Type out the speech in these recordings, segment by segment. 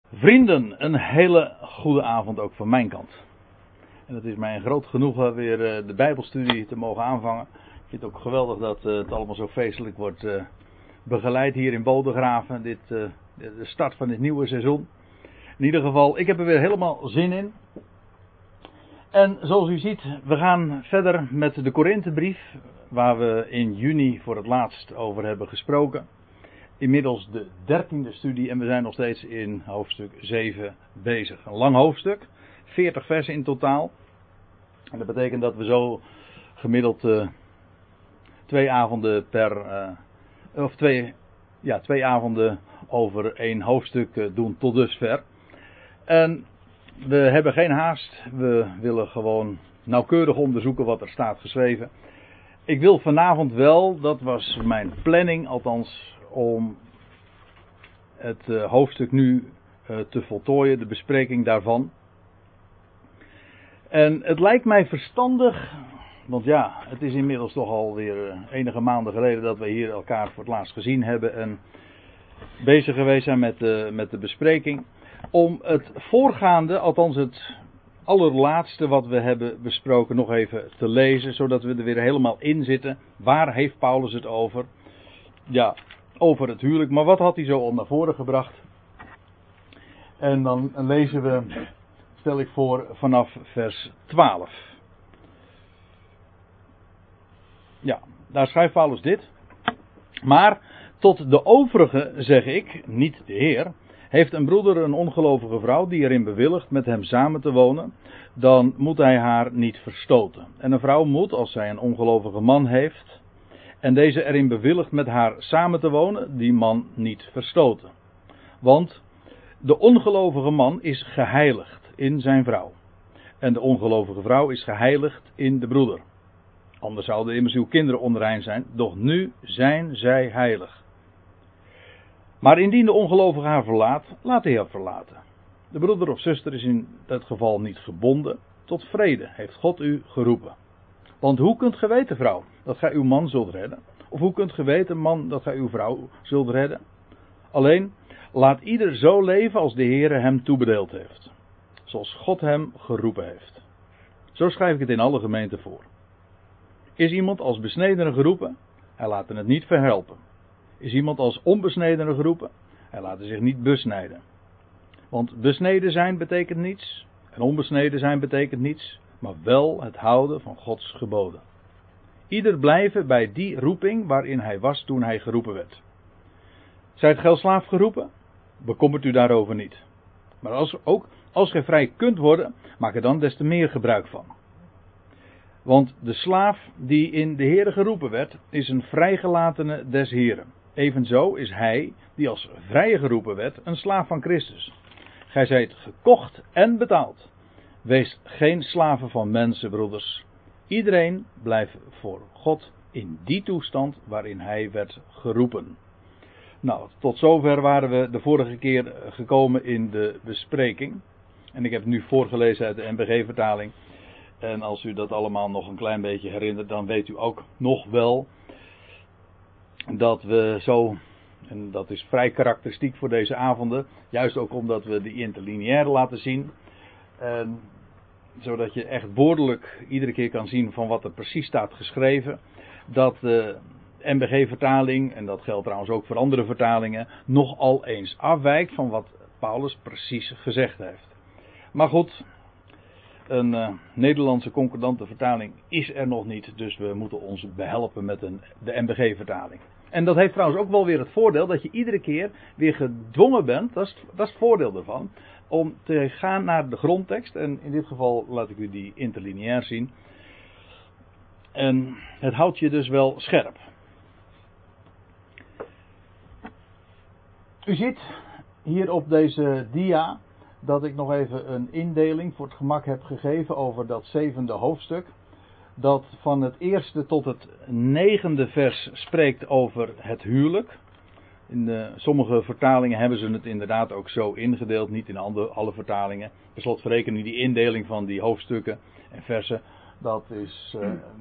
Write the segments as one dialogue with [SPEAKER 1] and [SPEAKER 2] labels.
[SPEAKER 1] Vrienden, een hele goede avond ook van mijn kant. En het is mij een groot genoegen weer de Bijbelstudie te mogen aanvangen. Ik vind het ook geweldig dat het allemaal zo feestelijk wordt begeleid hier in Bodegraven. De start van dit nieuwe seizoen. In ieder geval, ik heb er weer helemaal zin in. En zoals u ziet, we gaan verder met de Korinthebrief, waar we in juni voor het laatst over hebben gesproken. Inmiddels de 13e studie en we zijn nog steeds in hoofdstuk 7 bezig. Een lang hoofdstuk, 40 versen in totaal. En dat betekent dat we zo gemiddeld 2 avonden twee avonden over 1 hoofdstuk doen tot dusver. En we hebben geen haast, we willen gewoon nauwkeurig onderzoeken wat er staat geschreven. Ik wil vanavond wel, dat was mijn planning althans, om het hoofdstuk nu te voltooien, de bespreking daarvan. En het lijkt mij verstandig, want ja, het is inmiddels toch alweer enige maanden geleden dat we hier elkaar voor het laatst gezien hebben en bezig geweest zijn met de bespreking, om het voorgaande, althans het allerlaatste wat we hebben besproken, nog even te lezen, zodat we er weer helemaal in zitten. Waar heeft Paulus het over? Ja, over het huwelijk, maar wat had hij zo al naar voren gebracht? En dan lezen we, stel ik voor, vanaf vers 12. Ja, daar schrijft Paulus dit. Maar tot de overige zeg ik, niet de Heer, heeft een broeder een ongelovige vrouw die erin bewilligt met hem samen te wonen, dan moet hij haar niet verstoten. En een vrouw moet, als zij een ongelovige man heeft, en deze erin bewilligt met haar samen te wonen, die man niet verstoten. Want de ongelovige man is geheiligd in zijn vrouw. En de ongelovige vrouw is geheiligd in de broeder. Anders zouden immers uw kinderen onrein zijn, doch nu zijn zij heilig. Maar indien de ongelovige haar verlaat, laat hij haar verlaten. De broeder of zuster is in dat geval niet gebonden. Tot vrede heeft God u geroepen. Want hoe kunt ge weten, vrouw, dat gij uw man zult redden? Of hoe kunt ge weten, man, dat gij uw vrouw zult redden? Alleen, laat ieder zo leven als de Heere hem toebedeeld heeft. Zoals God hem geroepen heeft. Zo schrijf ik het in alle gemeenten voor. Is iemand als besnedene geroepen? Hij laat het niet verhelpen. Is iemand als onbesnedene geroepen? Hij laat zich niet besnijden. Want besneden zijn betekent niets. En onbesneden zijn betekent niets. Maar wel het houden van Gods geboden. Ieder blijven bij die roeping waarin hij was toen hij geroepen werd. Zijt gij als slaaf geroepen? Bekommert u daarover niet. Maar als gij vrij kunt worden, maak er dan des te meer gebruik van. Want de slaaf die in de Heere geroepen werd, is een vrijgelatene des Heeren. Evenzo is hij die als vrije geroepen werd, een slaaf van Christus. Gij zijt gekocht en betaald. Wees geen slaven van mensen, broeders. Iedereen blijft voor God in die toestand waarin hij werd geroepen. Nou, tot zover waren we de vorige keer gekomen in de bespreking. En ik heb het nu voorgelezen uit de NBG-vertaling. En als u dat allemaal nog een klein beetje herinnert, dan weet u ook nog wel dat we zo, en dat is vrij karakteristiek voor deze avonden, juist ook omdat we de interlineaire laten zien, zodat je echt woordelijk iedere keer kan zien van wat er precies staat geschreven, dat de NBG-vertaling, en dat geldt trouwens ook voor andere vertalingen, nogal eens afwijkt van wat Paulus precies gezegd heeft. Maar goed, een Nederlandse concordante vertaling is er nog niet, dus we moeten ons behelpen met de NBG-vertaling. En dat heeft trouwens ook wel weer het voordeel dat je iedere keer weer gedwongen bent, dat is het voordeel ervan, om te gaan naar de grondtekst. En in dit geval laat ik u die interlineair zien. En het houdt je dus wel scherp. U ziet hier op deze dia dat ik nog even een indeling voor het gemak heb gegeven over dat 7e hoofdstuk. Dat van het 1e tot het 9e vers spreekt over het huwelijk. In sommige vertalingen hebben ze het inderdaad ook zo ingedeeld, niet in alle vertalingen. Per slotverrekening die indeling van die hoofdstukken en versen, dat is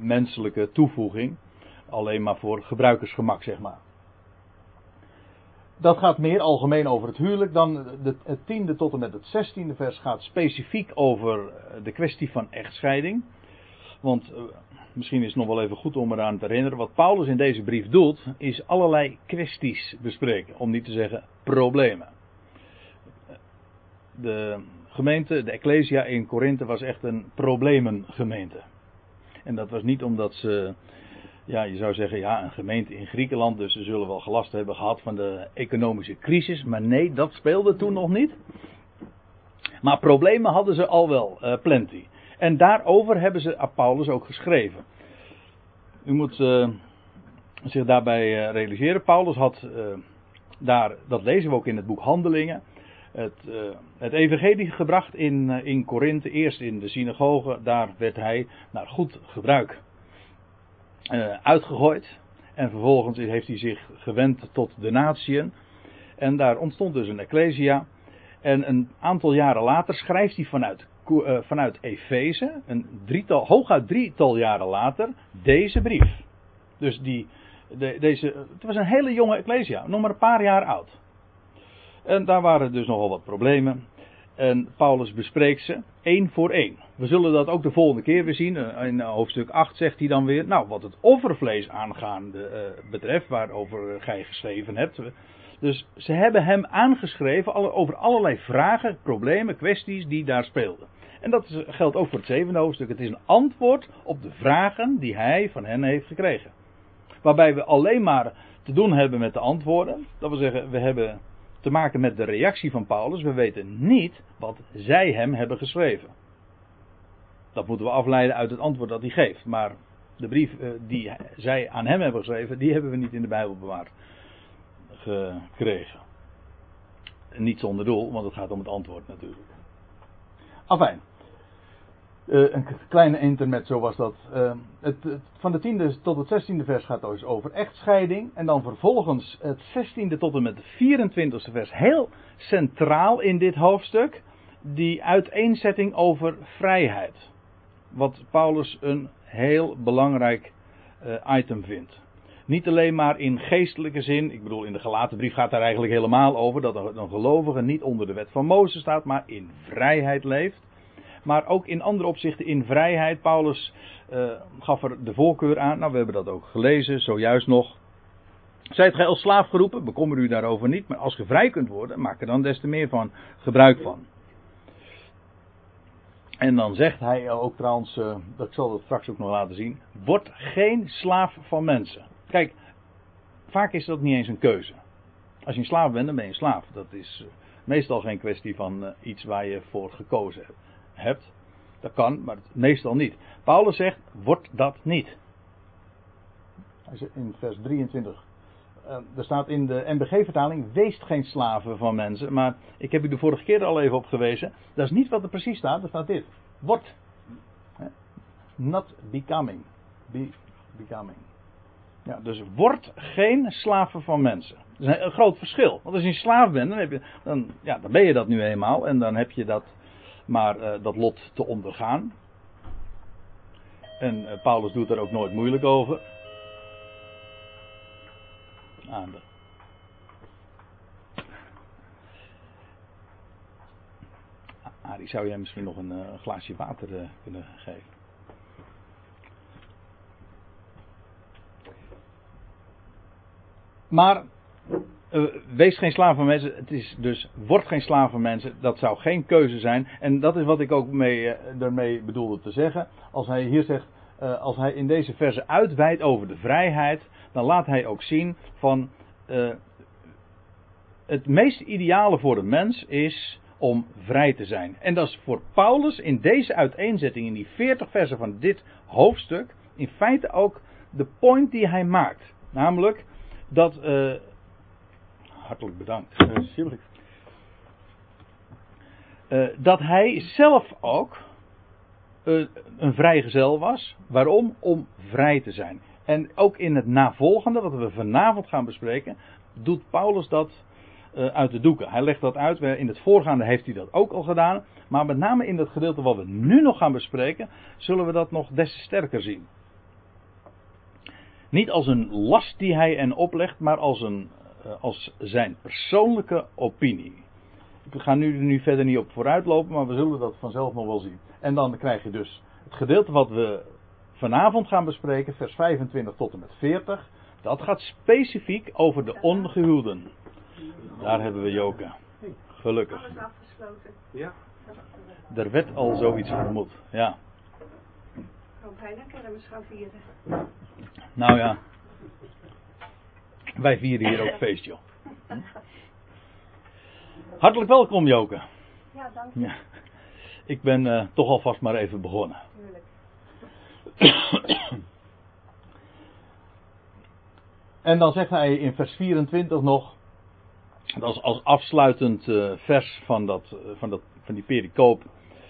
[SPEAKER 1] menselijke toevoeging. Alleen maar voor gebruikersgemak, zeg maar. dat gaat meer algemeen over het huwelijk. Dan het 10e tot en met het 16e vers gaat specifiek over de kwestie van echtscheiding. Want misschien is het nog wel even goed om eraan te herinneren. Wat Paulus in deze brief doet, is allerlei kwesties bespreken. Om niet te zeggen problemen. De gemeente, de Ecclesia in Korinthe, was echt een problemengemeente. En dat was niet omdat ze, ja, je zou zeggen, ja, een gemeente in Griekenland, dus ze zullen wel gelast hebben gehad van de economische crisis. Maar nee, dat speelde toen nog niet. Maar problemen hadden ze al wel, plenty. En daarover hebben ze Paulus ook geschreven. U moet zich daarbij realiseren, Paulus had dat lezen we ook in het boek Handelingen, het evangelie gebracht in Korinthe, eerst in de synagoge. Daar werd hij naar goed gebruik uitgegooid. En vervolgens heeft hij zich gewend tot de natieën. En daar ontstond dus een ecclesia. En een aantal jaren later schrijft hij vanuit Efeze, hooguit drietal jaren later, deze brief. Dus het was een hele jonge ecclesia, nog maar een paar jaar oud. En daar waren dus nogal wat problemen. En Paulus bespreekt ze één voor één. We zullen dat ook de volgende keer weer zien. In hoofdstuk 8 zegt hij dan weer, nou, wat het offervlees aangaande betreft, waarover gij geschreven hebt. Dus ze hebben hem aangeschreven over allerlei vragen, problemen, kwesties die daar speelden. En dat geldt ook voor het 7e hoofdstuk. Het is een antwoord op de vragen die hij van hen heeft gekregen. Waarbij we alleen maar te doen hebben met de antwoorden. Dat wil zeggen, we hebben te maken met de reactie van Paulus. We weten niet wat zij hem hebben geschreven. Dat moeten we afleiden uit het antwoord dat hij geeft. Maar de brief die zij aan hem hebben geschreven, die hebben we niet in de Bijbel bewaard gekregen. Niet zonder doel, want het gaat om het antwoord natuurlijk. Afijn. Een kleine intermezzo was dat. Van de 10e tot het 16e vers gaat dus over echtscheiding. En dan vervolgens het 16e tot en met het 24e vers. Heel centraal in dit hoofdstuk. Die uiteenzetting over vrijheid. Wat Paulus een heel belangrijk item vindt. Niet alleen maar in geestelijke zin. Ik bedoel, in de Galatenbrief gaat daar eigenlijk helemaal over. Dat een gelovige niet onder de wet van Mozes staat, maar in vrijheid leeft. Maar ook in andere opzichten in vrijheid. Paulus gaf er de voorkeur aan. Nou, we hebben dat ook gelezen, zojuist nog. Zijt gij als slaaf geroepen? Bekommer u daarover niet. Maar als ge vrij kunt worden, maak er dan des te meer van gebruik van. En dan zegt hij ook trouwens, dat zal het straks ook nog laten zien. Word geen slaaf van mensen. Kijk, vaak is dat niet eens een keuze. Als je een slaaf bent, dan ben je een slaaf. Dat is meestal geen kwestie van iets waar je voor gekozen hebt. Dat kan, maar meestal niet. Paulus zegt, word dat niet. Hij zegt in vers 23. Er staat in de NBG-vertaling, wees geen slaven van mensen. Maar ik heb u de vorige keer al even op gewezen. Dat is niet wat er precies staat, er staat dit. Word. Not becoming. Becoming. Ja, dus word geen slaven van mensen. Dat is een groot verschil. Want als je een slaaf bent, dan ben je dat nu eenmaal. En dan heb je dat lot te ondergaan. En Paulus doet er ook nooit moeilijk over. Arie, zou jij misschien nog een glaasje water kunnen geven? Maar wees geen slaaf van mensen. Het is dus, word geen slaaf van mensen. Dat zou geen keuze zijn. En dat is wat ik ook daarmee bedoelde te zeggen. Als hij hier zegt, als hij in deze verse uitweidt over de vrijheid, dan laat hij ook zien van het meest ideale voor de mens is om vrij te zijn. En dat is voor Paulus in deze uiteenzetting, in die 40 versen van dit hoofdstuk, in feite ook de point die hij maakt. Namelijk dat, hartelijk bedankt. Dat hij zelf ook een vrijgezel was. Waarom? Om vrij te zijn. En ook in het navolgende, wat we vanavond gaan bespreken, doet Paulus dat uit de doeken. Hij legt dat uit. In het voorgaande heeft hij dat ook al gedaan. Maar met name in dat gedeelte wat we nu nog gaan bespreken, zullen we dat nog des te sterker zien. Niet als een last die hij hen oplegt, maar als een als zijn persoonlijke opinie. Ik ga nu verder niet op vooruitlopen, maar we zullen dat vanzelf nog wel zien. En dan krijg je dus het gedeelte wat we vanavond gaan bespreken, vers 25 tot en met 40. Dat gaat specifiek over de ongehuwden. Daar hebben we Joke. Gelukkig.
[SPEAKER 2] Alles afgesloten.
[SPEAKER 3] Ja.
[SPEAKER 1] Er werd al zoiets vermoed. Ja.
[SPEAKER 2] Kan bijna kermis gaan vieren.
[SPEAKER 1] Nou ja. Wij vieren hier ook feest, joh. Hartelijk welkom, Joke.
[SPEAKER 2] Ja, dank je.
[SPEAKER 1] Ja. Ik ben toch alvast maar even begonnen.
[SPEAKER 2] Tuurlijk.
[SPEAKER 1] En dan zegt hij in vers 24 nog, dat is als afsluitend vers van die pericoop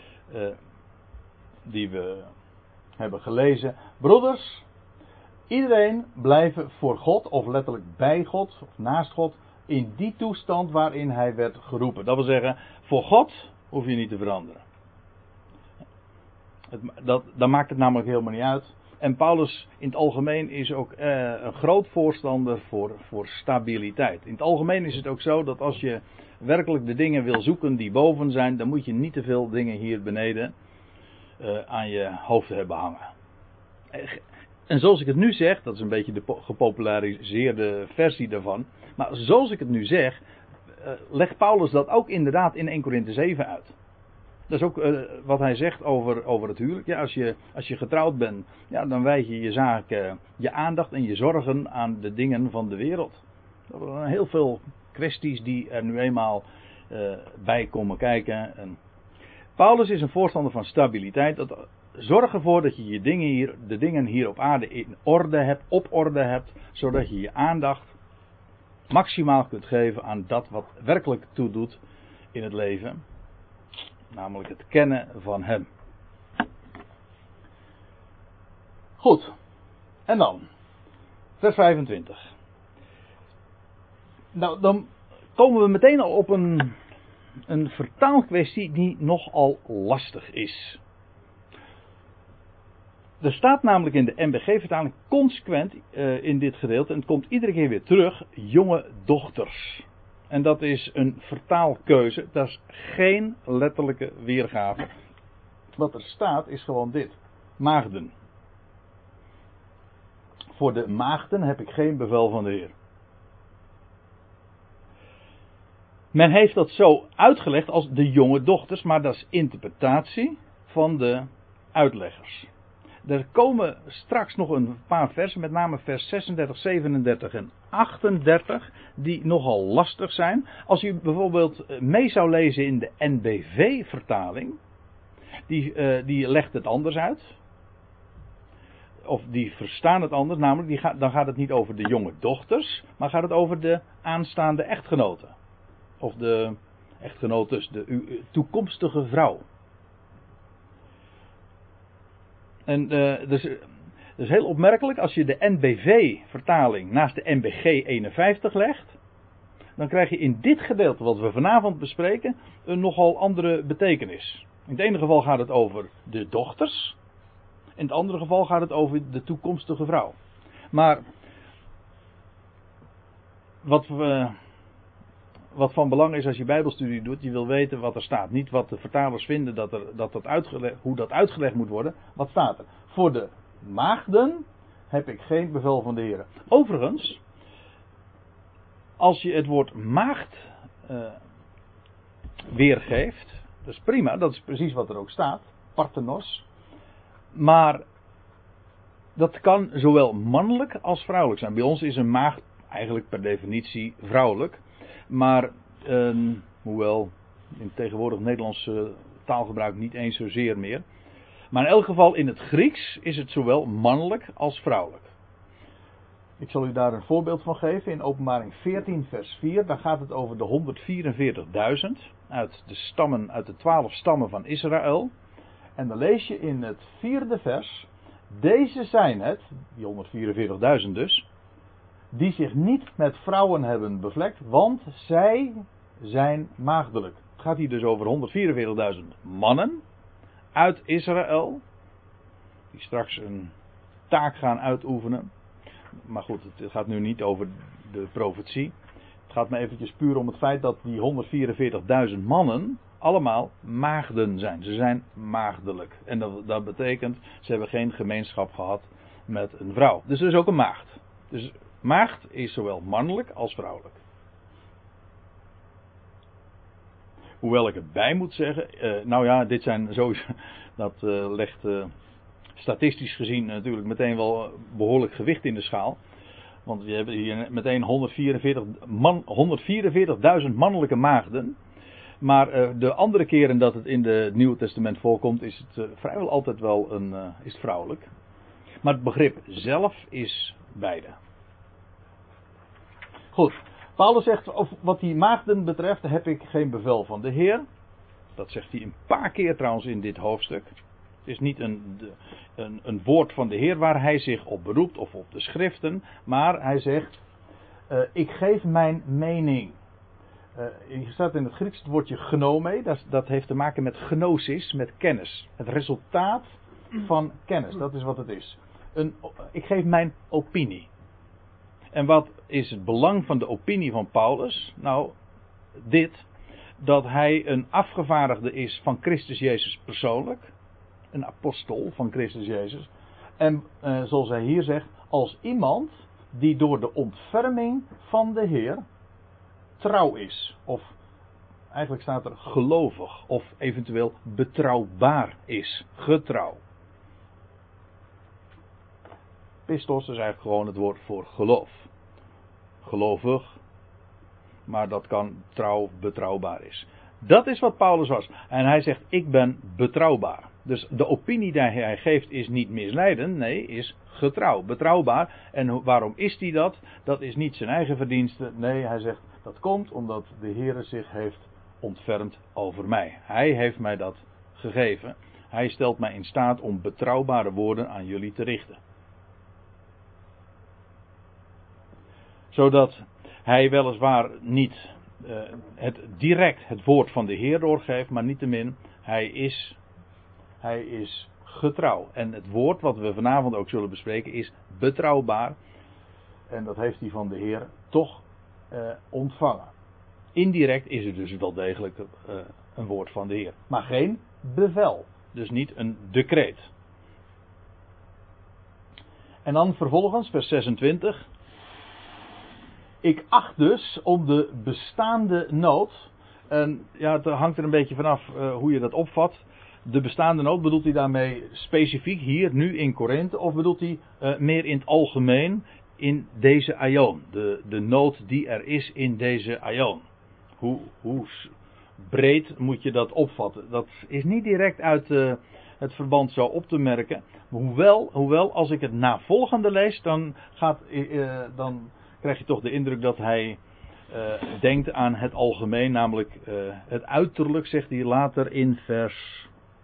[SPEAKER 1] die we hebben gelezen. Broeders, iedereen blijven voor God, of letterlijk bij God, of naast God, in die toestand waarin hij werd geroepen. Dat wil zeggen, voor God hoef je niet te veranderen. Dan maakt het namelijk helemaal niet uit. En Paulus in het algemeen is ook een groot voorstander voor stabiliteit. In het algemeen is het ook zo dat als je werkelijk de dingen wil zoeken die boven zijn, dan moet je niet te veel dingen hier beneden aan je hoofd hebben hangen. En zoals ik het nu zeg, dat is een beetje de gepopulariseerde versie daarvan. Maar zoals ik het nu zeg, legt Paulus dat ook inderdaad in 1 Korinthe 7 uit. Dat is ook wat hij zegt over het huwelijk. Ja, als je getrouwd bent, ja, dan wijd je je zaken, je aandacht en je zorgen aan de dingen van de wereld. Er zijn heel veel kwesties die er nu eenmaal bij komen kijken. En Paulus is een voorstander van stabiliteit. Zorg ervoor dat je de dingen hier op aarde op orde hebt, zodat je je aandacht maximaal kunt geven aan dat wat werkelijk toedoet in het leven. Namelijk het kennen van hem. Goed. En dan. Vers 25. Nou, dan komen we meteen al op een vertaalkwestie die nogal lastig is. Er staat namelijk in de NBG-vertaling consequent in dit gedeelte, en het komt iedere keer weer terug, jonge dochters. En dat is een vertaalkeuze, dat is geen letterlijke weergave. Wat er staat is gewoon dit, maagden. Voor de maagden heb ik geen bevel van de Heer. Men heeft dat zo uitgelegd als de jonge dochters, maar dat is interpretatie van de uitleggers. Er komen straks nog een paar versen, met name vers 36, 37 en 38, die nogal lastig zijn. Als u bijvoorbeeld mee zou lezen in de NBV-vertaling, die legt het anders uit. Of die verstaan het anders, namelijk dan gaat het niet over de jonge dochters, maar gaat het over de aanstaande echtgenoten. Of de echtgenotes, de toekomstige vrouw. En dus heel opmerkelijk, als je de NBV-vertaling naast de NBG 51 legt, dan krijg je in dit gedeelte wat we vanavond bespreken een nogal andere betekenis. In het ene geval gaat het over de dochters, in het andere geval gaat het over de toekomstige vrouw. Maar wat van belang is als je bijbelstudie doet, je wil weten wat er staat. Niet wat de vertalers vinden hoe dat uitgelegd moet worden. Wat staat er? Voor de maagden heb ik geen bevel van de Heer. Overigens, als je het woord maagd weergeeft, dat is prima, dat is precies wat er ook staat. Parthenos. Maar dat kan zowel mannelijk als vrouwelijk zijn. Bij ons is een maagd eigenlijk per definitie vrouwelijk. Maar, hoewel in tegenwoordig Nederlands taalgebruik niet eens zozeer meer. Maar in elk geval in het Grieks is het zowel mannelijk als vrouwelijk. Ik zal u daar een voorbeeld van geven. In Openbaring 14 vers 4, daar gaat het over de 144.000 uit de 12 stammen van Israël. En dan lees je in het 4e vers, deze zijn het, die 144.000 dus, die zich niet met vrouwen hebben bevlekt, want zij zijn maagdelijk. Het gaat hier dus over 144.000 mannen uit Israël, die straks een taak gaan uitoefenen. Maar goed, het gaat nu niet over de profetie. Het gaat me eventjes puur om het feit dat die 144.000 mannen allemaal maagden zijn. Ze zijn maagdelijk. En dat betekent, ze hebben geen gemeenschap gehad met een vrouw. Dus er is ook een maagd. Dus maagd is zowel mannelijk als vrouwelijk. Hoewel ik erbij moet zeggen, nou ja, dit zijn sowieso, dat legt statistisch gezien natuurlijk meteen wel behoorlijk gewicht in de schaal. Want we hebben hier meteen 144.000 mannelijke maagden. Maar de andere keren dat het in het Nieuwe Testament voorkomt, is het vrijwel altijd wel is het vrouwelijk. Maar het begrip zelf is beide. Goed, Paulus zegt, wat die maagden betreft, heb ik geen bevel van de Heer. Dat zegt hij een paar keer trouwens in dit hoofdstuk. Het is niet een woord van de Heer waar hij zich op beroept of op de schriften. Maar hij zegt, ik geef mijn mening. Er staat in het Grieks het woordje gnome. Dat heeft te maken met gnosis, met kennis. Het resultaat van kennis, dat is wat het is. Ik geef mijn opinie. En wat is het belang van de opinie van Paulus? Nou, dit. Dat hij een afgevaardigde is van Christus Jezus persoonlijk. Een apostel van Christus Jezus. En zoals hij hier zegt, als iemand die door de ontferming van de Heer trouw is. Of eigenlijk staat er gelovig. Of eventueel betrouwbaar is. Getrouw. Pistos is eigenlijk gewoon het woord voor geloof. Gelovig. Maar dat kan trouw, betrouwbaar is. Dat is wat Paulus was. En hij zegt, ik ben betrouwbaar. Dus de opinie die hij geeft is niet misleidend. Nee, is getrouw, betrouwbaar. En waarom is hij dat? Dat is niet zijn eigen verdienste. Nee, hij zegt, dat komt omdat de Heere zich heeft ontfermd over mij. Hij heeft mij dat gegeven. Hij stelt mij in staat om betrouwbare woorden aan jullie te richten. Zodat hij weliswaar niet het woord van de Heer doorgeeft, maar niettemin, hij is getrouw. En het woord wat we vanavond ook zullen bespreken is betrouwbaar. En dat heeft hij van de Heer toch ontvangen. Indirect is het dus wel degelijk een woord van de Heer. Maar geen bevel. Dus niet een decreet. En dan vervolgens, vers 26. Ik acht dus om de bestaande nood. En ja, het hangt er een beetje vanaf hoe je dat opvat. De bestaande nood, bedoelt hij daarmee specifiek hier, nu in Korinthe? Of bedoelt hij meer in het algemeen in deze aion? De nood die er is in deze aion. Hoe breed moet je dat opvatten? Dat is niet direct uit het verband zo op te merken. Hoewel als ik het navolgende lees, dan krijg je toch de indruk dat hij denkt aan het algemeen, namelijk het uiterlijk, zegt hij later in vers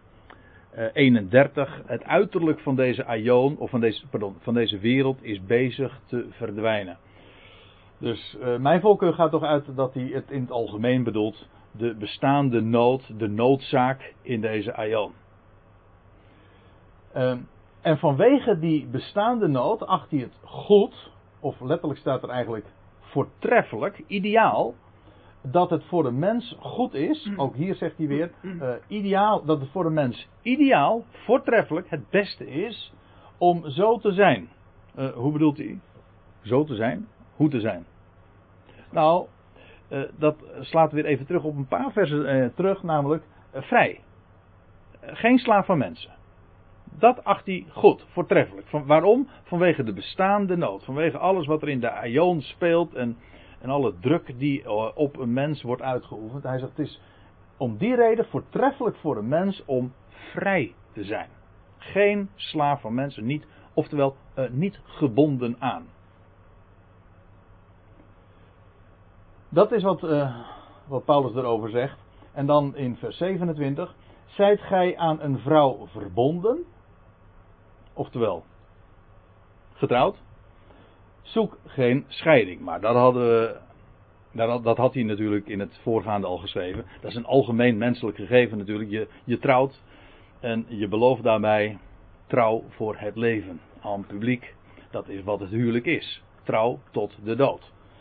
[SPEAKER 1] 31. Het uiterlijk van deze aion, of van deze wereld, is bezig te verdwijnen. Dus mijn voorkeur gaat toch uit dat hij het in het algemeen bedoelt, de bestaande nood, de noodzaak in deze aion. En vanwege die bestaande nood acht hij het goed, of letterlijk staat er eigenlijk voortreffelijk, ideaal, dat het voor de mens goed is, ook hier zegt hij weer, ideaal, dat het voor de mens ideaal, voortreffelijk, het beste is om zo te zijn. Hoe bedoelt hij? Zo te zijn? Hoe te zijn? Nou, dat slaat weer even terug op een paar versen terug, namelijk vrij. Geen slaaf van mensen. Dat acht hij goed, voortreffelijk. Waarom? Vanwege de bestaande nood. Vanwege alles wat er in de aion speelt en alle druk die op een mens wordt uitgeoefend. Hij zegt, het is om die reden voortreffelijk voor een mens om vrij te zijn. Geen slaaf van mensen, niet, oftewel niet gebonden aan. Dat is wat Paulus erover zegt. En dan in vers 27. Zijt gij aan een vrouw verbonden? Oftewel, getrouwd? Zoek geen scheiding. Maar dat had hij natuurlijk in het voorgaande al geschreven. Dat is een algemeen menselijk gegeven natuurlijk. Je trouwt en je belooft daarbij trouw voor het leven. Aan publiek, dat is wat het huwelijk is. Trouw tot de dood.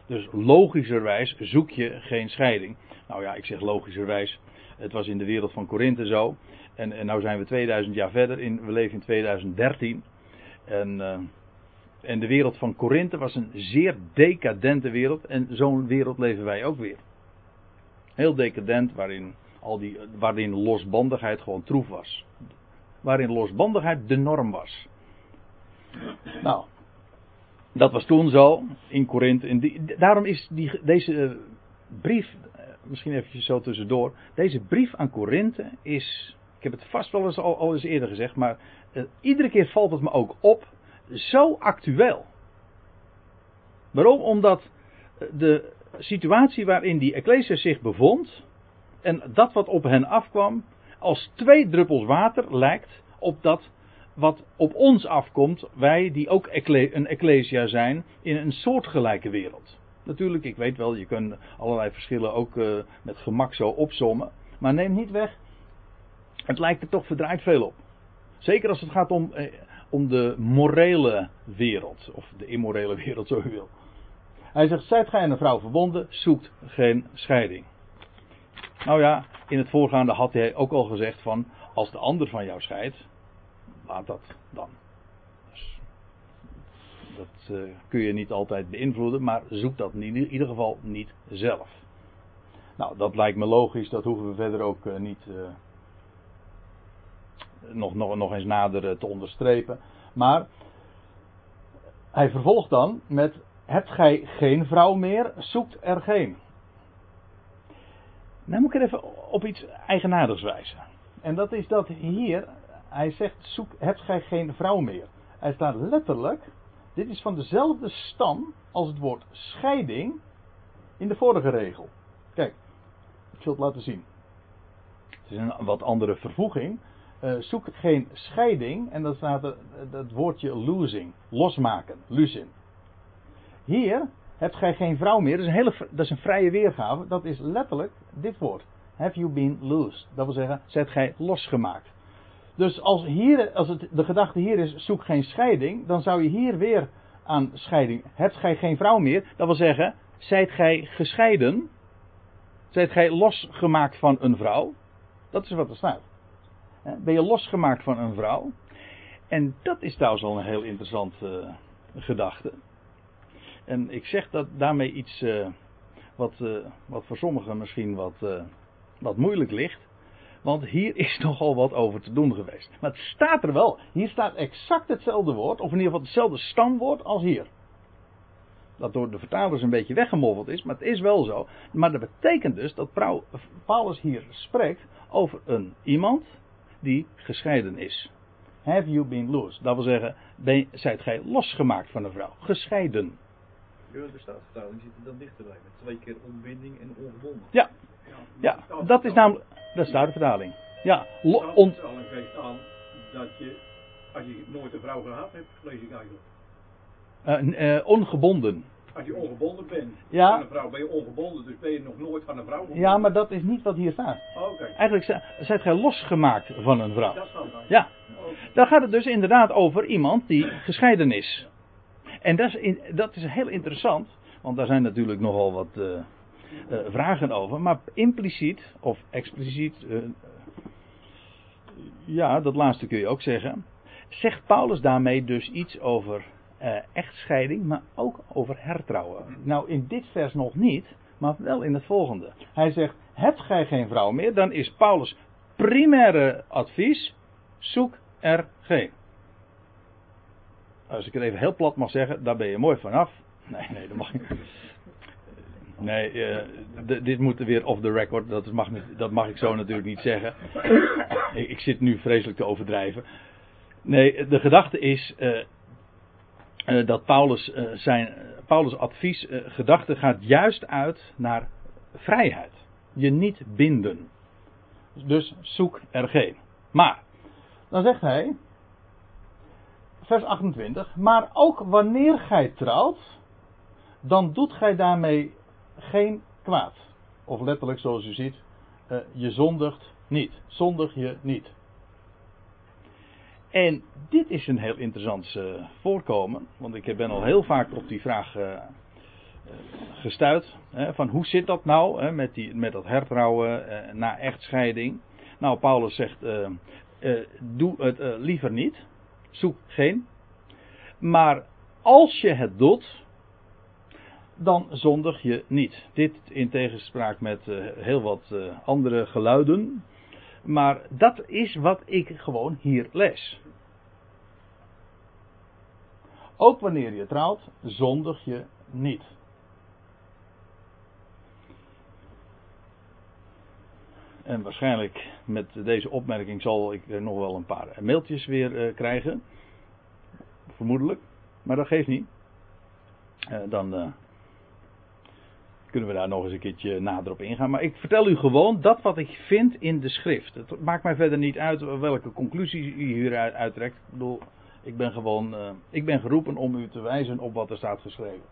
[SPEAKER 1] Dus logischerwijs zoek je geen scheiding. Nou ja, ik zeg logischerwijs. Het was in de wereld van Korinthe zo. En nou zijn we 2000 jaar verder. We leven in 2013. En de wereld van Korinthe was een zeer decadente wereld. En zo'n wereld leven wij ook weer. Heel decadent, waarin losbandigheid gewoon troef was. Waarin losbandigheid de norm was. Nou, dat was toen zo in Korinthe. Daarom is deze brief, misschien eventjes zo tussendoor. Deze brief aan Korinthe is, ik heb het vast wel eens al eens eerder gezegd, maar iedere keer valt het me ook op, zo actueel. Waarom? Omdat de situatie waarin die Ecclesia zich bevond en dat wat op hen afkwam, als 2 druppels water lijkt op dat wat op ons afkomt, wij die ook een Ecclesia zijn in een soortgelijke wereld. Natuurlijk, ik weet wel, je kunt allerlei verschillen ook met gemak zo opsommen, maar neem niet weg, het lijkt er toch verdraaid veel op. Zeker als het gaat om de morele wereld, of de immorele wereld, zo u wil. Hij zegt, zijt gij aan een vrouw verbonden, zoekt geen scheiding. Nou ja, in het voorgaande had hij ook al gezegd van, als de ander van jou scheidt, laat dat dan. Dus, dat kun je niet altijd beïnvloeden, maar zoek dat in ieder geval niet zelf. Nou, dat lijkt me logisch, dat hoeven we verder ook niet nog eens nader te onderstrepen. Maar hij vervolgt dan met, hebt gij geen vrouw meer, zoekt er geen. Nou moet ik er even op iets eigenaardigs wijzen. En dat is dat hier, hij zegt, hebt gij geen vrouw meer. Hij staat letterlijk, dit is van dezelfde stam als het woord scheiding in de vorige regel. Kijk, ik zal het laten zien. Het is een wat andere vervoeging. Zoek geen scheiding, en dan staat er het woordje losing, losmaken, lusin. Hier hebt gij geen vrouw meer, dat is een vrije weergave, dat is letterlijk dit woord. Have you been loosed? Dat wil zeggen, zijt gij losgemaakt. Dus als de gedachte hier is, zoek geen scheiding, dan zou je hier weer aan scheiding, hebt gij geen vrouw meer, dat wil zeggen, zijt gij gescheiden, zijt gij losgemaakt van een vrouw, dat is wat er staat. Ben je losgemaakt van een vrouw? En dat is trouwens al een heel interessante gedachte. En ik zeg dat daarmee iets wat voor sommigen misschien wat moeilijk ligt. Want hier is nogal wat over te doen geweest. Maar het staat er wel. Hier staat exact hetzelfde woord. Of in ieder geval hetzelfde stamwoord als hier. Dat door de vertalers een beetje weggemoffeld is. Maar het is wel zo. Maar dat betekent dus dat Paulus hier spreekt over iemand die gescheiden is. Have you been loosed? Dat wil zeggen, zijt gij losgemaakt van een vrouw. Gescheiden.
[SPEAKER 3] Ja, de Statenvertaling zit er dan dichterbij. Met 2 keer ontbinding en ongebonden.
[SPEAKER 1] Ja, dat is namelijk de Statenvertaling. Ja,
[SPEAKER 4] De Statenvertaling geeft aan dat je, als je nooit een vrouw gehad hebt, lees ik eigenlijk.
[SPEAKER 1] Ongebonden.
[SPEAKER 4] Als je ongebonden bent
[SPEAKER 1] Ja.
[SPEAKER 4] van een vrouw, ben je ongebonden, dus ben je nog nooit van een vrouw gebonden.
[SPEAKER 1] Ja, maar dat is niet wat hier staat.
[SPEAKER 4] Oké.
[SPEAKER 1] Eigenlijk zijt gij losgemaakt van een vrouw.
[SPEAKER 4] Dat staat daar.
[SPEAKER 1] Ja.
[SPEAKER 4] Oké.
[SPEAKER 1] Dan gaat het dus inderdaad over iemand die gescheiden is. En dat is heel interessant, want daar zijn natuurlijk nogal wat vragen over. Maar impliciet of expliciet, ja, dat laatste kun je ook zeggen. Zegt Paulus daarmee dus iets over echtscheiding, maar ook over hertrouwen. Nou, in dit vers nog niet, maar wel in het volgende. Hij zegt, hebt gij geen vrouw meer, dan is Paulus' primaire advies, zoek er geen. Als ik het even heel plat mag zeggen, daar ben je mooi vanaf. Nee, dat mag niet. Nee, dit moet weer off the record, dat mag ik zo natuurlijk niet zeggen. Ik zit nu vreselijk te overdrijven. Nee, de gedachte is dat Paulus' advies, gedachte gaat juist uit naar vrijheid. Je niet binden. Dus zoek er geen. Maar, dan zegt hij, vers 28, maar ook wanneer gij trouwt, dan doet gij daarmee geen kwaad. Of letterlijk zoals u ziet, je zondigt niet. Zondig je niet. En dit is een heel interessant voorkomen, want ik ben al heel vaak op die vraag gestuit. Van hoe zit dat nou met dat hertrouwen na echtscheiding. Nou, Paulus zegt, doe het liever niet. Zoek geen. Maar als je het doet, dan zondig je niet. Dit in tegenspraak met heel wat andere geluiden. Maar dat is wat ik gewoon hier lees. Ook wanneer je trouwt, zondig je niet. En waarschijnlijk met deze opmerking zal ik nog wel een paar mailtjes weer krijgen. Vermoedelijk. Maar dat geeft niet. Dan kunnen we daar nog eens een keertje nader op ingaan. Maar ik vertel u gewoon dat wat ik vind in de schrift. Het maakt mij verder niet uit welke conclusies u hieruit uittrekt. Ik bedoel, ik ben geroepen om u te wijzen op wat er staat geschreven.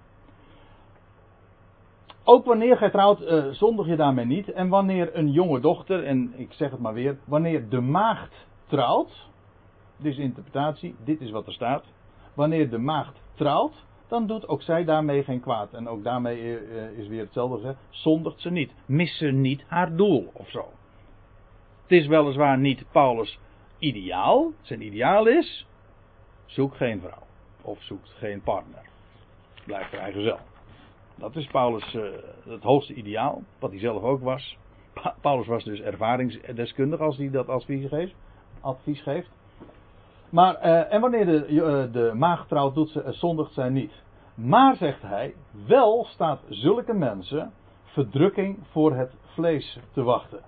[SPEAKER 1] Ook wanneer gij trouwt, zondig je daarmee niet. En wanneer een jonge dochter, en ik zeg het maar weer, wanneer de maagd trouwt, dit is interpretatie, dit is wat er staat. Wanneer de maagd trouwt, dan doet ook zij daarmee geen kwaad. En ook daarmee is weer hetzelfde gezegd, zondigt ze niet. Mist ze niet haar doel of zo. Het is weliswaar niet Paulus' ideaal. Zijn ideaal is, zoek geen vrouw. Of zoek geen partner. Blijf vrijgezel. Dat is Paulus het hoogste ideaal, wat hij zelf ook was. Paulus was dus ervaringsdeskundig als hij dat advies geeft. Maar, en wanneer de maagd trouwt, zondigt zij niet. Maar, zegt hij, wel staat zulke mensen verdrukking voor het vlees te wachten.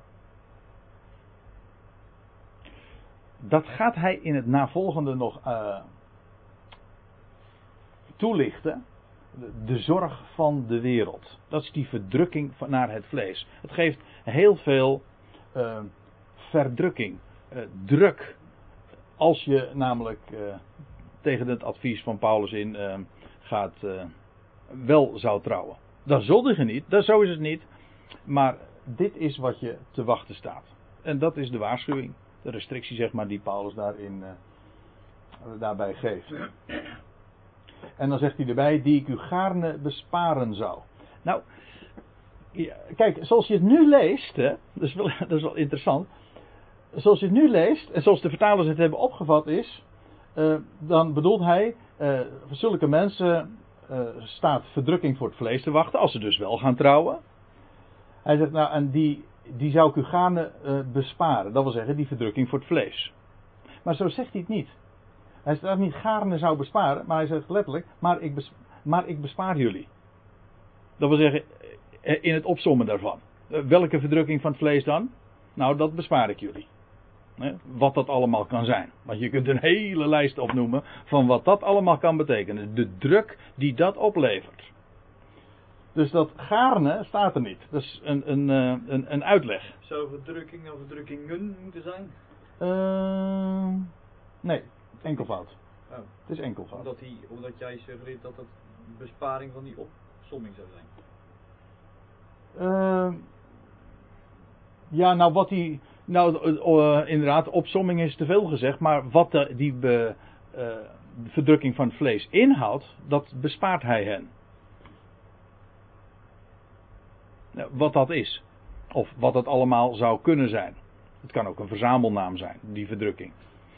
[SPEAKER 1] Dat gaat hij in het navolgende nog toelichten. De zorg van de wereld. Dat is die verdrukking naar het vlees. Het geeft heel veel verdrukking, druk. Als je namelijk tegen het advies van Paulus in gaat wel zou trouwen. Dan zondig je niet, zo is het niet. Maar dit is wat je te wachten staat. En dat is de waarschuwing, de restrictie zeg maar die Paulus daarbij geeft. En dan zegt hij erbij, die ik u gaarne besparen zou. Nou, ja, kijk, zoals je het nu leest, hè, dat is wel interessant. Zoals je het nu leest, en zoals de vertalers het hebben opgevat is, dan bedoelt hij, voor zulke mensen staat verdrukking voor het vlees te wachten, als ze dus wel gaan trouwen. Hij zegt, nou, en die zou ik u gaarne besparen. Dat wil zeggen, die verdrukking voor het vlees. Maar zo zegt hij het niet. Hij staat niet gaarne zou besparen, maar hij zegt letterlijk, maar ik bespaar jullie. Dat wil zeggen, in het opsommen daarvan. Welke verdrukking van het vlees dan? Nou, dat bespaar ik jullie. Wat dat allemaal kan zijn. Want je kunt een hele lijst opnoemen van wat dat allemaal kan betekenen. De druk die dat oplevert. Dus dat gaarne staat er niet. Dat is een uitleg.
[SPEAKER 3] Zou verdrukking of verdrukkingen moeten zijn?
[SPEAKER 1] Nee, enkelvoud.
[SPEAKER 3] Oh.
[SPEAKER 1] Het is enkelvoud.
[SPEAKER 3] Omdat jij suggereert dat het besparing van die opsomming zou zijn.
[SPEAKER 1] Ja, nou wat die... inderdaad, opsomming is te veel gezegd. Maar wat die verdrukking van het vlees inhoudt, dat bespaart hij hen. Wat dat is. Of wat het allemaal zou kunnen zijn. Het kan ook een verzamelnaam zijn, die verdrukking.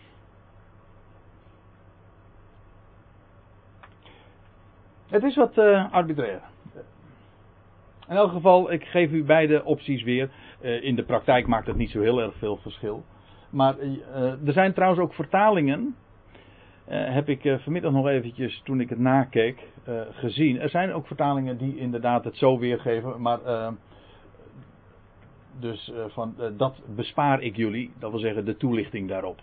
[SPEAKER 1] Het is wat arbitrair. In elk geval, ik geef u beide opties weer. In de praktijk maakt het niet zo heel erg veel verschil. Maar er zijn trouwens ook vertalingen. Heb ik vanmiddag nog eventjes, toen ik het nakeek, gezien. Er zijn ook vertalingen die inderdaad het zo weergeven. Maar dat bespaar ik jullie. Dat wil zeggen de toelichting daarop.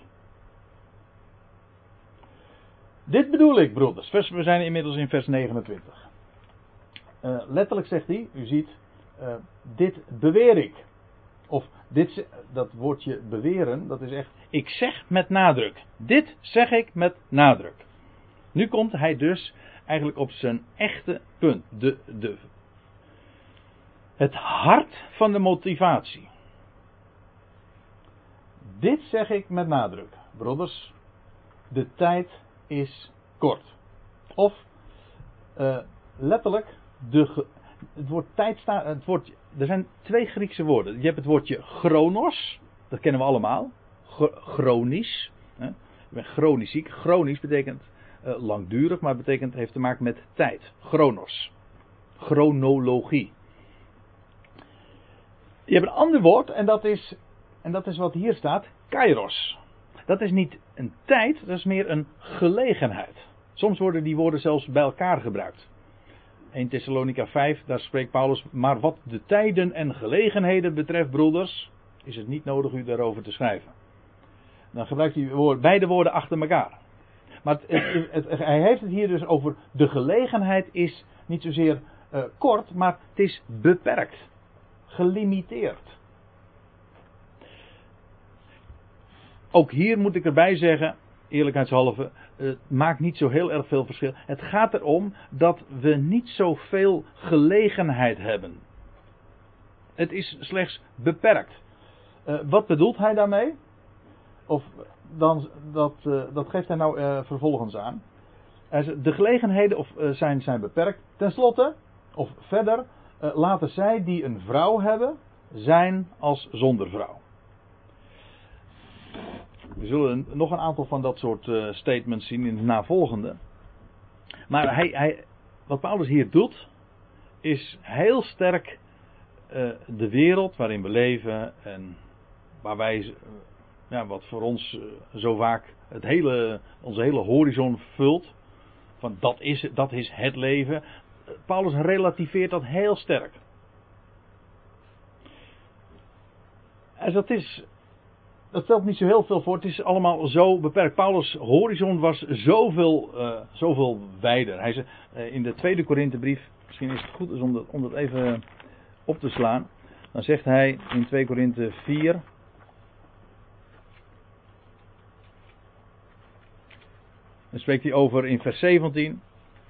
[SPEAKER 1] Dit bedoel ik, broeders. We zijn inmiddels in vers 29. Letterlijk zegt hij, u ziet, dit beweer ik. Of dat woordje beweren, dat is echt, ik zeg met nadruk. Dit zeg ik met nadruk. Nu komt hij dus eigenlijk op zijn echte punt. Het hart van de motivatie. Dit zeg ik met nadruk. Broeders, de tijd is kort. Of letterlijk, het woord tijd staat. Er zijn 2 Griekse woorden. Je hebt het woordje chronos, dat kennen we allemaal. Chronisch. Hè? Je bent chronisch ziek. Chronisch betekent langdurig, maar heeft te maken met tijd. Chronos. Chronologie. Je hebt een ander woord en dat is wat hier staat, kairos. Dat is niet een tijd, dat is meer een gelegenheid. Soms worden die woorden zelfs bij elkaar gebruikt. 1 Thessalonica 5, daar spreekt Paulus, maar wat de tijden en gelegenheden betreft, broeders, is het niet nodig u daarover te schrijven. Dan gebruikt hij beide woorden achter elkaar. Maar hij heeft het hier dus over, de gelegenheid is niet zozeer kort, maar het is beperkt. Gelimiteerd. Ook hier moet ik erbij zeggen, eerlijkheidshalve, het maakt niet zo heel erg veel verschil. Het gaat erom dat we niet zoveel gelegenheid hebben. Het is slechts beperkt. Wat bedoelt hij daarmee? Of dan, dat geeft hij nou vervolgens aan. De gelegenheden zijn beperkt. Ten slotte, of verder, laten zij die een vrouw hebben, zijn als zonder vrouw. We zullen nog een aantal van dat soort statements zien in het navolgende. Maar wat Paulus hier doet, is heel sterk de wereld waarin we leven en waar wij, wat voor ons zo vaak onze hele horizon vult. Van dat is het leven. Paulus relativeert dat heel sterk. En dat stelt niet zo heel veel voor. Het is allemaal zo beperkt. Paulus' horizon was zoveel wijder. Hij zei in de 2 Korinthebrief, misschien is het goed om dat even op te slaan. Dan zegt hij in 2 Korinthe 4. Dan spreekt hij over in vers 17.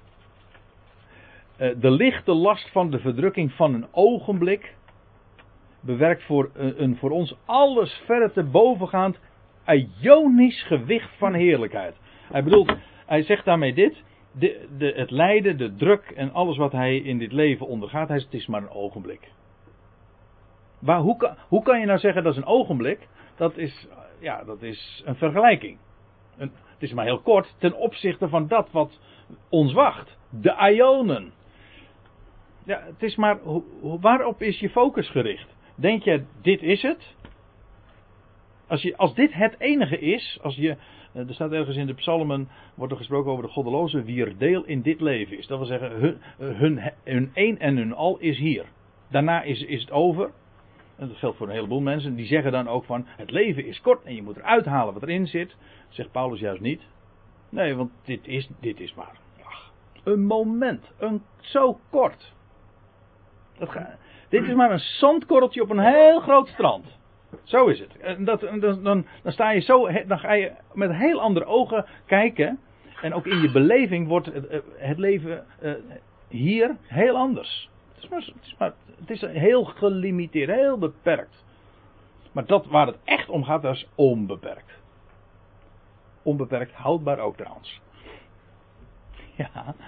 [SPEAKER 1] De lichte last van de verdrukking van een ogenblik bewerkt voor ons alles verre te bovengaand ionisch gewicht van heerlijkheid. Hij zegt daarmee dit. Het lijden, de druk en alles wat hij in dit leven ondergaat. Het is maar een ogenblik. Maar hoe kan je nou zeggen dat is een ogenblik? Dat is een vergelijking. Het is maar heel kort ten opzichte van dat wat ons wacht. De ionen. Ja, het is maar, waarop is je focus gericht? Denk je, dit is het? Als dit het enige is, er staat ergens in de psalmen, wordt er gesproken over de goddelozen, wier deel in dit leven is. Dat wil zeggen, hun een en hun al is hier. Daarna is het over. En dat geldt voor een heleboel mensen. Die zeggen dan ook van, het leven is kort en je moet eruit halen wat erin zit. Dat zegt Paulus juist niet. Nee, want dit is maar een moment. Zo kort. Dit is maar een zandkorreltje op een heel groot strand. Zo is het. En dan ga je met heel andere ogen kijken. En ook in je beleving wordt het leven hier heel anders. Het is heel gelimiteerd, heel beperkt. Maar dat waar het echt om gaat, dat is onbeperkt. Onbeperkt houdbaar ook trouwens. Ja.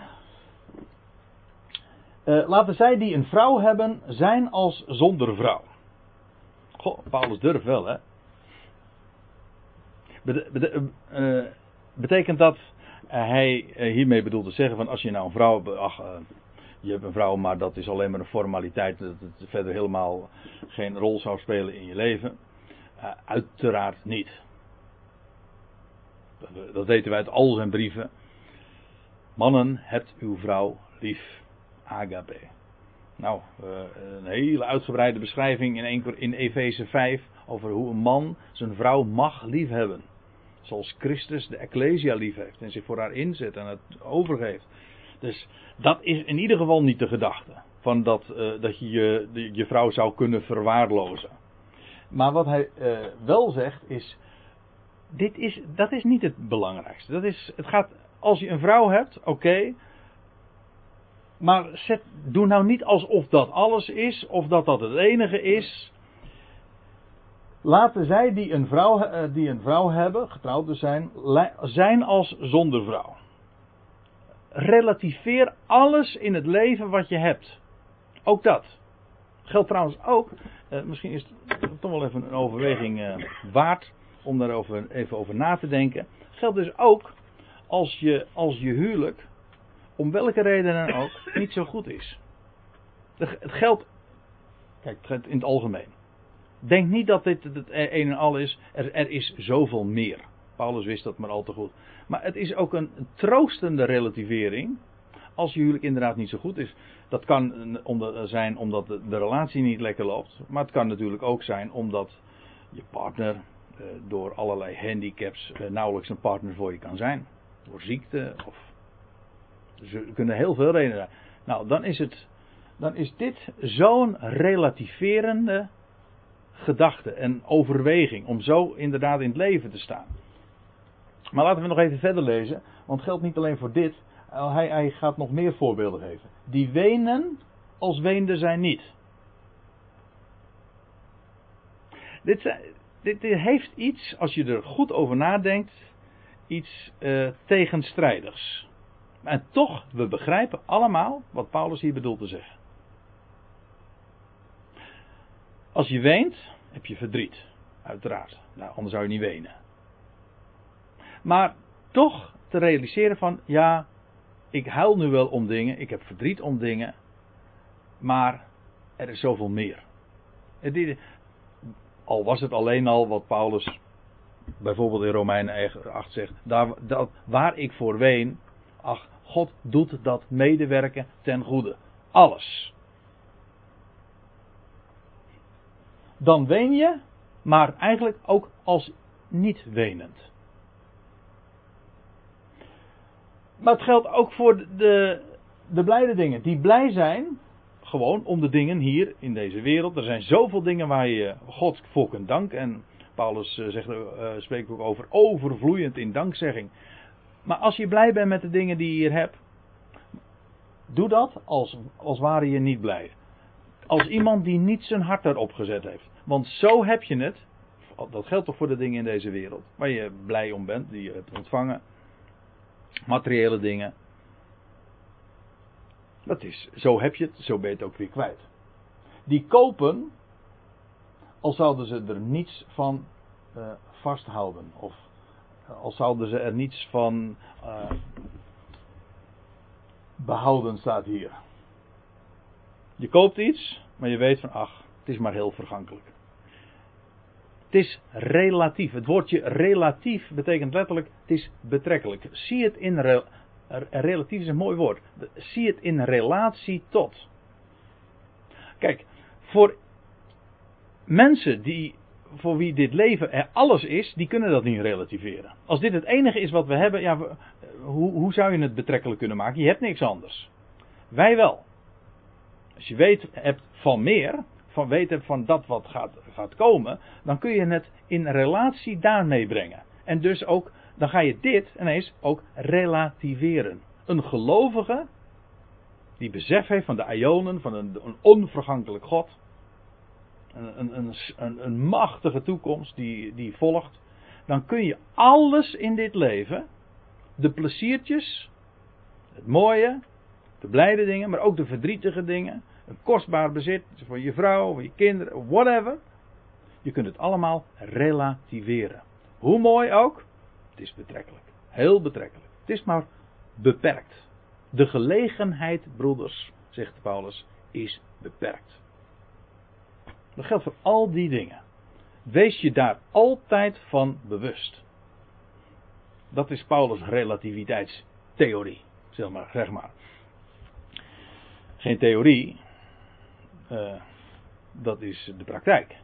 [SPEAKER 1] Laten zij die een vrouw hebben, zijn als zonder vrouw. Goh, Paulus durft wel, hè. Betekent dat hij hiermee bedoelt te zeggen van als je nou een vrouw hebt, je hebt een vrouw, maar dat is alleen maar een formaliteit, dat het verder helemaal geen rol zou spelen in je leven? Uiteraard niet. Dat weten wij uit al zijn brieven. Mannen, hebt uw vrouw lief. Agape. Nou, een hele uitgebreide beschrijving in Efeze 5 over hoe een man zijn vrouw mag liefhebben. Zoals Christus de Ecclesia lief heeft en zich voor haar inzet en het overgeeft. Dus dat is in ieder geval niet de gedachte. Van dat je je vrouw zou kunnen verwaarlozen. Maar wat hij wel zegt is, dat is niet het belangrijkste. Het gaat, als je een vrouw hebt, oké. Maar doe nou niet alsof dat alles is, of dat het enige is. Laten zij die een vrouw hebben, getrouwd dus zijn als zonder vrouw. relativeer alles in het leven wat je hebt. Ook dat. Geldt trouwens ook, misschien is het toch wel even een overweging waard om daar even over na te denken. Geldt dus ook als je huwelijk, om welke reden dan ook, niet zo goed is. Het geldt, kijk, het geldt in het algemeen. Denk niet dat dit het een en al is. Er is zoveel meer. Paulus wist dat maar al te goed. Maar het is ook een troostende relativering als je huwelijk inderdaad niet zo goed is. Dat kan zijn omdat de relatie niet lekker loopt. Maar het kan natuurlijk ook zijn omdat je partner door allerlei handicaps nauwelijks een partner voor je kan zijn. Door ziekte of... Dus er kunnen heel veel redenen zijn. Nou, dan is dit zo'n relativerende gedachte en overweging om zo inderdaad in het leven te staan. Maar laten we nog even verder lezen, want het geldt niet alleen voor dit. Hij gaat nog meer voorbeelden geven. Die wenen als weenden zij niet. Dit heeft iets, als je er goed over nadenkt, iets tegenstrijdigs. En toch, we begrijpen allemaal wat Paulus hier bedoelt te zeggen. Als je weent, heb je verdriet. Uiteraard. Nou, anders zou je niet wenen. Maar toch te realiseren van, ja, ik huil nu wel om dingen, ik heb verdriet om dingen, maar er is zoveel meer. Al was het alleen al wat Paulus bijvoorbeeld in Romeinen 8 zegt, waar ik voor ween, ach, God doet dat medewerken ten goede. Alles. Dan ween je, maar eigenlijk ook als niet wenend. Maar het geldt ook voor de blijde dingen. Die blij zijn, gewoon om de dingen hier in deze wereld. Er zijn zoveel dingen waar je God voor kunt danken. En Paulus spreekt ook over overvloeiend in dankzegging. Maar als je blij bent met de dingen die je hier hebt, doe dat als ware je niet blij. Als iemand die niet zijn hart erop gezet heeft. Want zo heb je het. Dat geldt toch voor de dingen in deze wereld. Waar je blij om bent, die je hebt ontvangen. Materiële dingen. Dat is, zo heb je het, zo ben je het ook weer kwijt. Die kopen, al zouden ze er niets van vasthouden. Of al zouden ze er niets van behouden, staat hier. Je koopt iets, maar je weet van, ach, het is maar heel vergankelijk. Het is relatief. Het woordje relatief betekent letterlijk, het is betrekkelijk. Zie het in relatief is een mooi woord. Zie het in relatie tot. Kijk, voor mensen voor wie dit leven er alles is, die kunnen dat niet relativeren. Als dit het enige is wat we hebben, ja, hoe zou je het betrekkelijk kunnen maken? Je hebt niks anders. Wij wel. Als je hebt van dat wat gaat komen, dan kun je het in relatie daarmee brengen. En dus ook, dan ga je dit ineens ook relativeren. Een gelovige, die besef heeft van de aionen, van een onvergankelijk God, een machtige toekomst die volgt, dan kun je alles in dit leven, de pleziertjes, het mooie, de blijde dingen, maar ook de verdrietige dingen, een kostbaar bezit voor je vrouw, voor je kinderen, whatever. Je kunt het allemaal relativeren. Hoe mooi ook, het is betrekkelijk. Heel betrekkelijk. Het is maar beperkt. De gelegenheid, broeders, zegt Paulus, is beperkt. Dat geldt voor al die dingen. Wees je daar altijd van bewust. Dat is Paulus' relativiteitstheorie, zeg maar. Geen theorie, dat is de praktijk.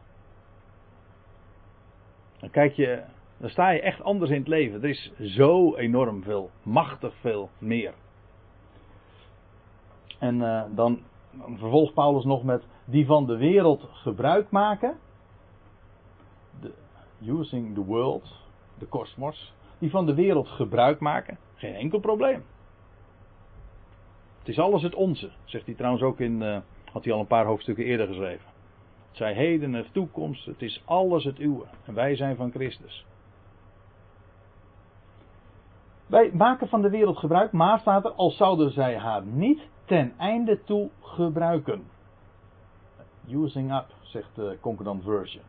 [SPEAKER 1] Dan sta je echt anders in het leven. Er is zo enorm veel, machtig veel meer. En dan vervolgt Paulus nog met die van de wereld gebruik maken. Using the world, de kosmos. Die van de wereld gebruik maken. Geen enkel probleem. Het is alles het onze. Zegt hij trouwens ook had hij al een paar hoofdstukken eerder geschreven. Het zij heden en toekomst. Het is alles het uwe. En wij zijn van Christus. Wij maken van de wereld gebruik, maar staat er, als zouden zij haar niet ten einde toe gebruiken. Using up, zegt de Concordant Version.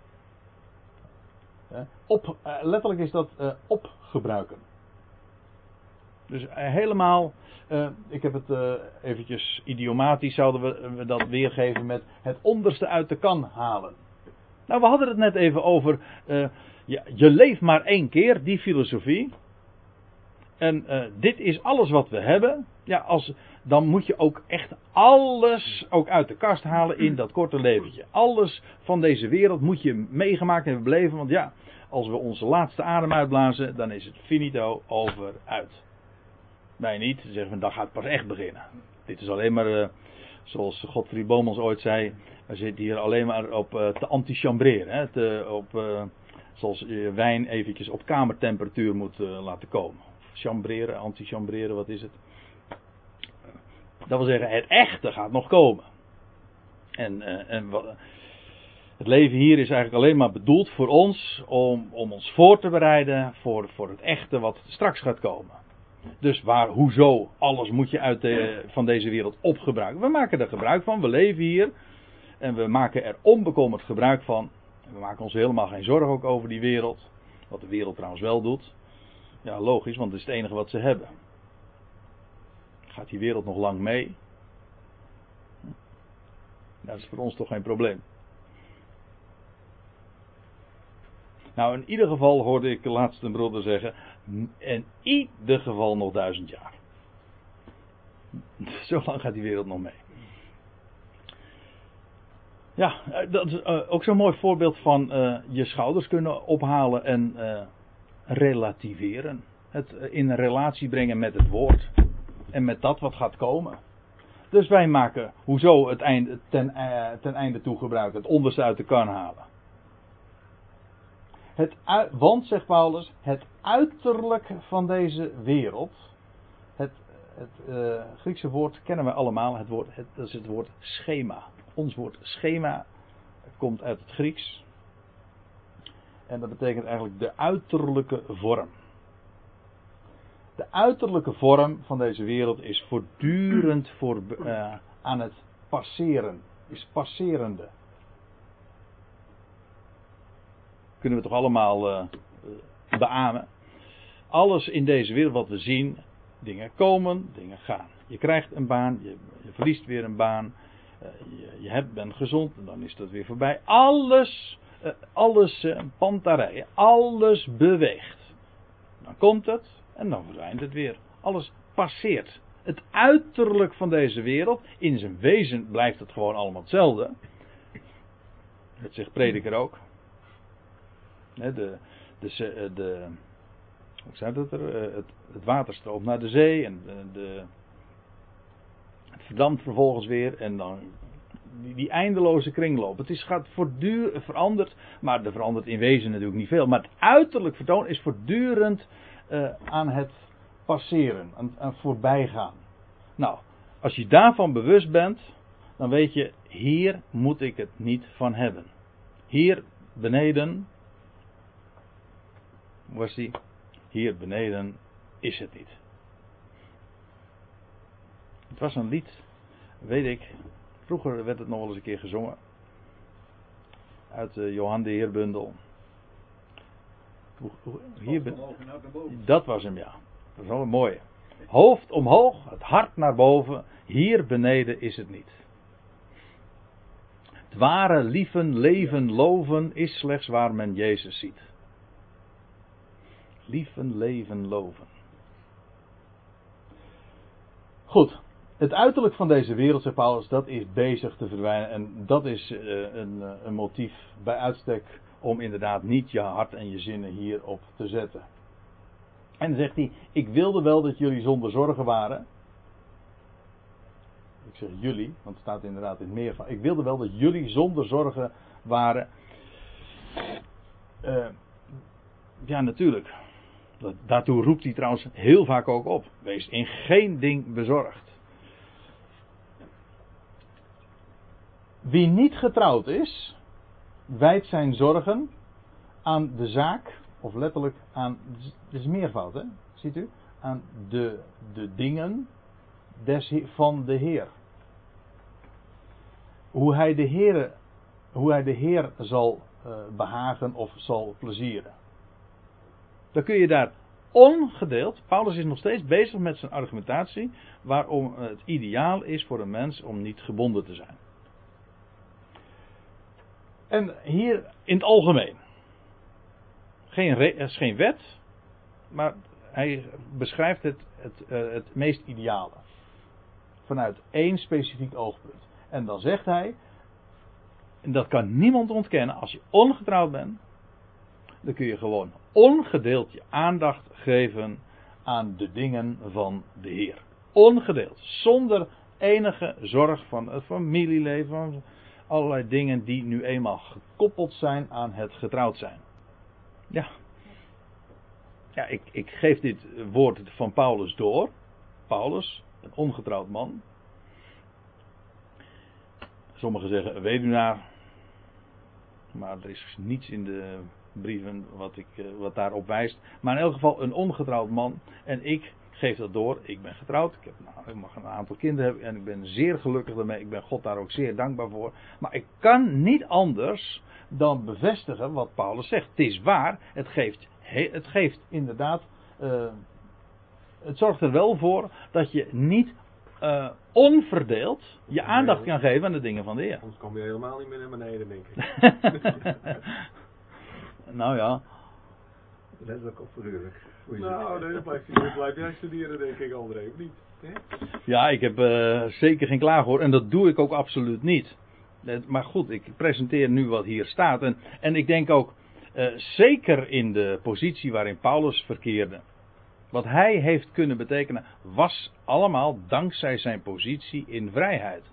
[SPEAKER 1] Letterlijk is dat opgebruiken. Dus helemaal, ik heb het eventjes idiomatisch, zouden we dat weergeven met het onderste uit de kan halen. Nou, we hadden het net even over, je leeft maar één keer, die filosofie. En dit is alles wat we hebben. Ja, dan moet je ook echt alles ook uit de kast halen in dat korte leventje. Alles van deze wereld moet je meegemaakt hebben beleven. Want ja, als we onze laatste adem uitblazen, dan is het finito over uit. Wij niet, dan zeggen we, dan gaat het pas echt beginnen. Dit is alleen maar, zoals Godfried Bomans ooit zei, we zitten hier alleen maar op te antichambreren. Zoals je wijn eventjes op kamertemperatuur moet laten komen. Chambreren, antichambreren, wat is het? Dat wil zeggen, het echte gaat nog komen. Het leven hier is eigenlijk alleen maar bedoeld voor ons om ons voor te bereiden voor het echte wat straks gaat komen. Dus hoezo alles moet je van deze wereld opgebruiken? We maken er gebruik van, we leven hier en we maken er onbekommerd gebruik van. We maken ons helemaal geen zorgen ook over die wereld. Wat de wereld trouwens wel doet. Ja, logisch, want het is het enige wat ze hebben. Gaat die wereld nog lang mee? Dat is voor ons toch geen probleem. Nou, in ieder geval hoorde ik laatst een broeder zeggen, in ieder geval nog 1000 jaar. Zo lang gaat die wereld nog mee. Ja, dat is ook zo'n mooi voorbeeld van je schouders kunnen ophalen en relativeren. Het in een relatie brengen met het woord. En met dat wat gaat komen. Dus wij maken, hoezo het einde, ten einde toe gebruiken. Het onderste uit de kan halen. Want, zegt Paulus, het uiterlijk van deze wereld. Het Griekse woord kennen we allemaal. Dat is het woord schema. Ons woord schema komt uit het Grieks. En dat betekent eigenlijk de uiterlijke vorm. De uiterlijke vorm van deze wereld is voortdurend aan het passeren. Is passerende. Kunnen we toch allemaal beamen. Alles in deze wereld wat we zien. Dingen komen, dingen gaan. Je krijgt een baan, je verliest weer een baan. Je bent gezond en dan is dat weer voorbij. Alles pantarij, alles beweegt. Dan komt het en dan verdwijnt het weer. Alles passeert. Het uiterlijk van deze wereld, in zijn wezen blijft het gewoon allemaal hetzelfde. Dat zegt Prediker ook. Hoe staat het er? Het water stroomt naar de zee en het verdampt vervolgens weer en dan die eindeloze kringloop. Het gaat voortdurend veranderd, maar er verandert in wezen natuurlijk niet veel. Maar het uiterlijk vertoon is voortdurend aan het passeren, aan voorbijgaan. Nou, als je daarvan bewust bent, dan weet je, hier moet ik het niet van hebben. Hier beneden, hoe was die? Hier beneden is het niet. Het was een lied, weet ik. Vroeger werd het nog wel eens een keer gezongen. Uit de Johan de Heerbundel. Dat was hem, ja. Dat is wel een mooie. Hoofd omhoog, het hart naar boven. Hier beneden is het niet. Het ware lieven, leven, loven is slechts waar men Jezus ziet. Lieven, leven, loven. Goed. Het uiterlijk van deze wereld, zegt Paulus, dat is bezig te verdwijnen. En dat is een motief bij uitstek om inderdaad niet je hart en je zinnen hierop te zetten. En dan zegt hij, ik wilde wel dat jullie zonder zorgen waren. Ik zeg jullie, want het staat inderdaad in het meervoud. Ik wilde wel dat jullie zonder zorgen waren. Ja, natuurlijk. Daartoe roept hij trouwens heel vaak ook op. Wees in geen ding bezorgd. Wie niet getrouwd is, wijdt zijn zorgen aan de zaak, of letterlijk aan, dit is meervoud hè, ziet u, aan de dingen van de Heer. Hoe hij de Heer zal behagen of zal plezieren. Dan kun je daar ongedeeld, Paulus is nog steeds bezig met zijn argumentatie, waarom het ideaal is voor een mens om niet gebonden te zijn. En hier in het algemeen. Er is geen wet, maar hij beschrijft het meest ideale. Vanuit één specifiek oogpunt. En dan zegt hij, en dat kan niemand ontkennen, als je ongetrouwd bent, dan kun je gewoon ongedeeld je aandacht geven aan de dingen van de Heer. Ongedeeld, zonder enige zorg van het familieleven, van allerlei dingen die nu eenmaal gekoppeld zijn aan het getrouwd zijn. Ja. Ja, ik geef dit woord van Paulus door. Paulus, een ongetrouwd man. Sommigen zeggen een weduwnaar. Maar er is niets in de brieven wat daarop wijst. Maar in elk geval een ongetrouwd man. En ik geef dat door. Ik ben getrouwd. Ik mag een aantal kinderen hebben. En ik ben zeer gelukkig daarmee. Ik ben God daar ook zeer dankbaar voor. Maar ik kan niet anders dan bevestigen wat Paulus zegt. Het is waar. Het geeft inderdaad. Het zorgt er wel voor dat je niet onverdeeld je aandacht kan geven aan de dingen van de Heer.
[SPEAKER 5] Anders kom je helemaal niet meer naar beneden, denk ik.
[SPEAKER 1] Nou ja.
[SPEAKER 5] Letterlijk of figuurlijk. Nou, nee, dan blijf jij studeren, denk ik, André, of niet? Nee?
[SPEAKER 1] Ja, ik heb zeker geen klagen hoor. En dat doe ik ook absoluut niet. Maar goed, ik presenteer nu wat hier staat. En ik denk ook, zeker in de positie waarin Paulus verkeerde. Wat hij heeft kunnen betekenen, was allemaal dankzij zijn positie in vrijheid.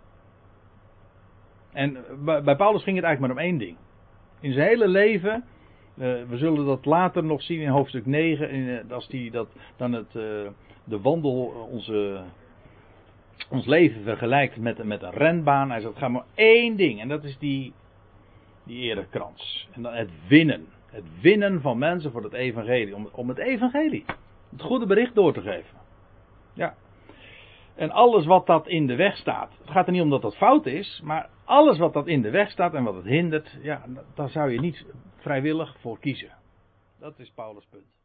[SPEAKER 1] En bij Paulus ging het eigenlijk maar om één ding. In zijn hele leven, we zullen dat later nog zien in hoofdstuk 9, als hij de wandel, ons leven vergelijkt met een renbaan. Hij zegt, het gaat maar één ding, en dat is die erekrans. En dan het winnen. Het winnen van mensen voor het evangelie. Om het evangelie. Het goede bericht door te geven. Ja. En alles wat dat in de weg staat. Het gaat er niet om dat dat fout is. Maar alles wat dat in de weg staat en wat het hindert. Ja, daar zou je niet vrijwillig voor kiezen. Dat is Paulus' punt.